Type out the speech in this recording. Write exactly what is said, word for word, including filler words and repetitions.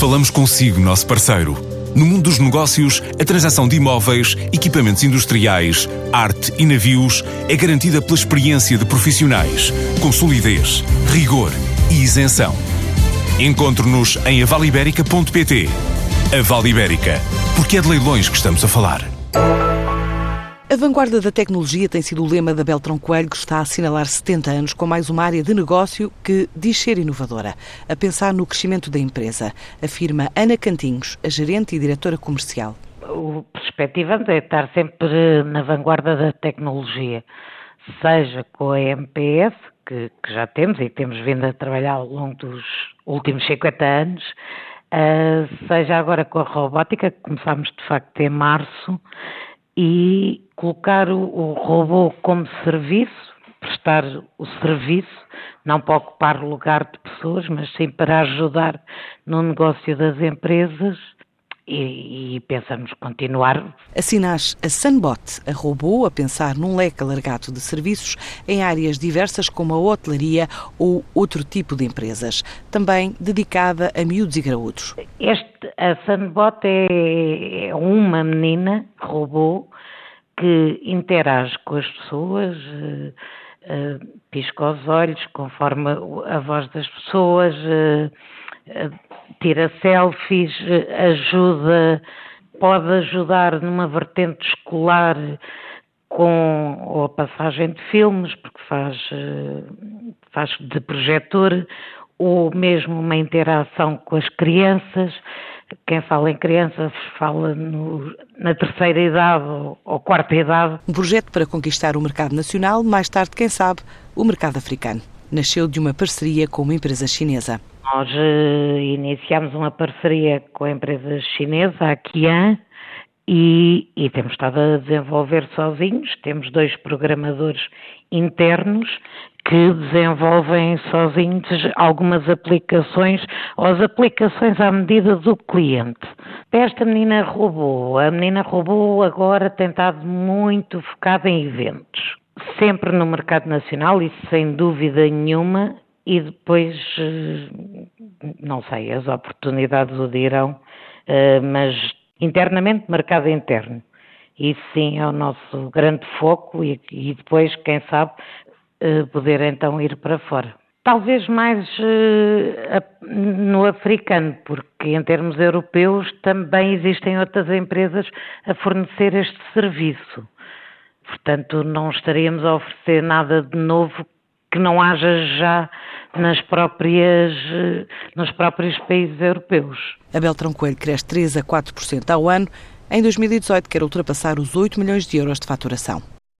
Falamos consigo, nosso parceiro. No mundo dos negócios, a transação de imóveis, equipamentos industriais, arte e navios é garantida pela experiência de profissionais, com solidez, rigor e isenção. Encontre-nos em avaliberica ponto pt. A Vale Ibérica, porque é de leilões que estamos a falar. A vanguarda da tecnologia tem sido o lema da Beltrão Coelho, que está a assinalar setenta anos com mais uma área de negócio que diz ser inovadora, a pensar no crescimento da empresa, afirma Ana Cantinhos, a gerente e diretora comercial. O perspectivando é estar sempre na vanguarda da tecnologia, seja com a M P S, que, que já temos e temos vindo a trabalhar ao longo dos últimos cinquenta anos, uh, seja agora com a robótica, que começámos de facto em março, e colocar o, o robô como serviço, prestar o serviço, não para ocupar lugar de pessoas, mas sim para ajudar no negócio das empresas e, e pensamos continuar. Assim nasce a Sunbot, a robô a pensar num leque alargado de serviços em áreas diversas como a hotelaria ou outro tipo de empresas, também dedicada a miúdos e graúdos. Este, a Sunbot é, é uma menina robô que interage com as pessoas, uh, uh, pisca os olhos conforme a voz das pessoas, uh, uh, tira selfies, uh, ajuda, pode ajudar numa vertente escolar com ou a passagem de filmes, porque faz, uh, faz de projetor, ou mesmo uma interação com as crianças. Quem fala em crianças fala no, na terceira idade ou, ou quarta idade. Um projeto para conquistar o mercado nacional, mais tarde, quem sabe, o mercado africano. Nasceu de uma parceria com uma empresa chinesa. Nós uh, iniciámos uma parceria com a empresa chinesa, a Qian, e, e temos estado a desenvolver sozinhos. Temos dois programadores internos que desenvolvem sozinhos algumas aplicações, ou as aplicações à medida do cliente. Esta menina robô, a menina robô agora tem estado muito focada em eventos, sempre no mercado nacional, isso sem dúvida nenhuma, e depois, não sei, as oportunidades o dirão, mas internamente, mercado interno. Isso sim é o nosso grande foco e, e depois, quem sabe, poder então ir para fora. Talvez mais uh, no africano, porque em termos europeus também existem outras empresas a fornecer este serviço. Portanto, não estaríamos a oferecer nada de novo que não haja já nas próprias, uh, nos próprios países europeus. A Beltrão Coelho cresce três a quatro por cento ao ano. Em dois mil e dezoito quer ultrapassar os oito milhões de euros de faturação.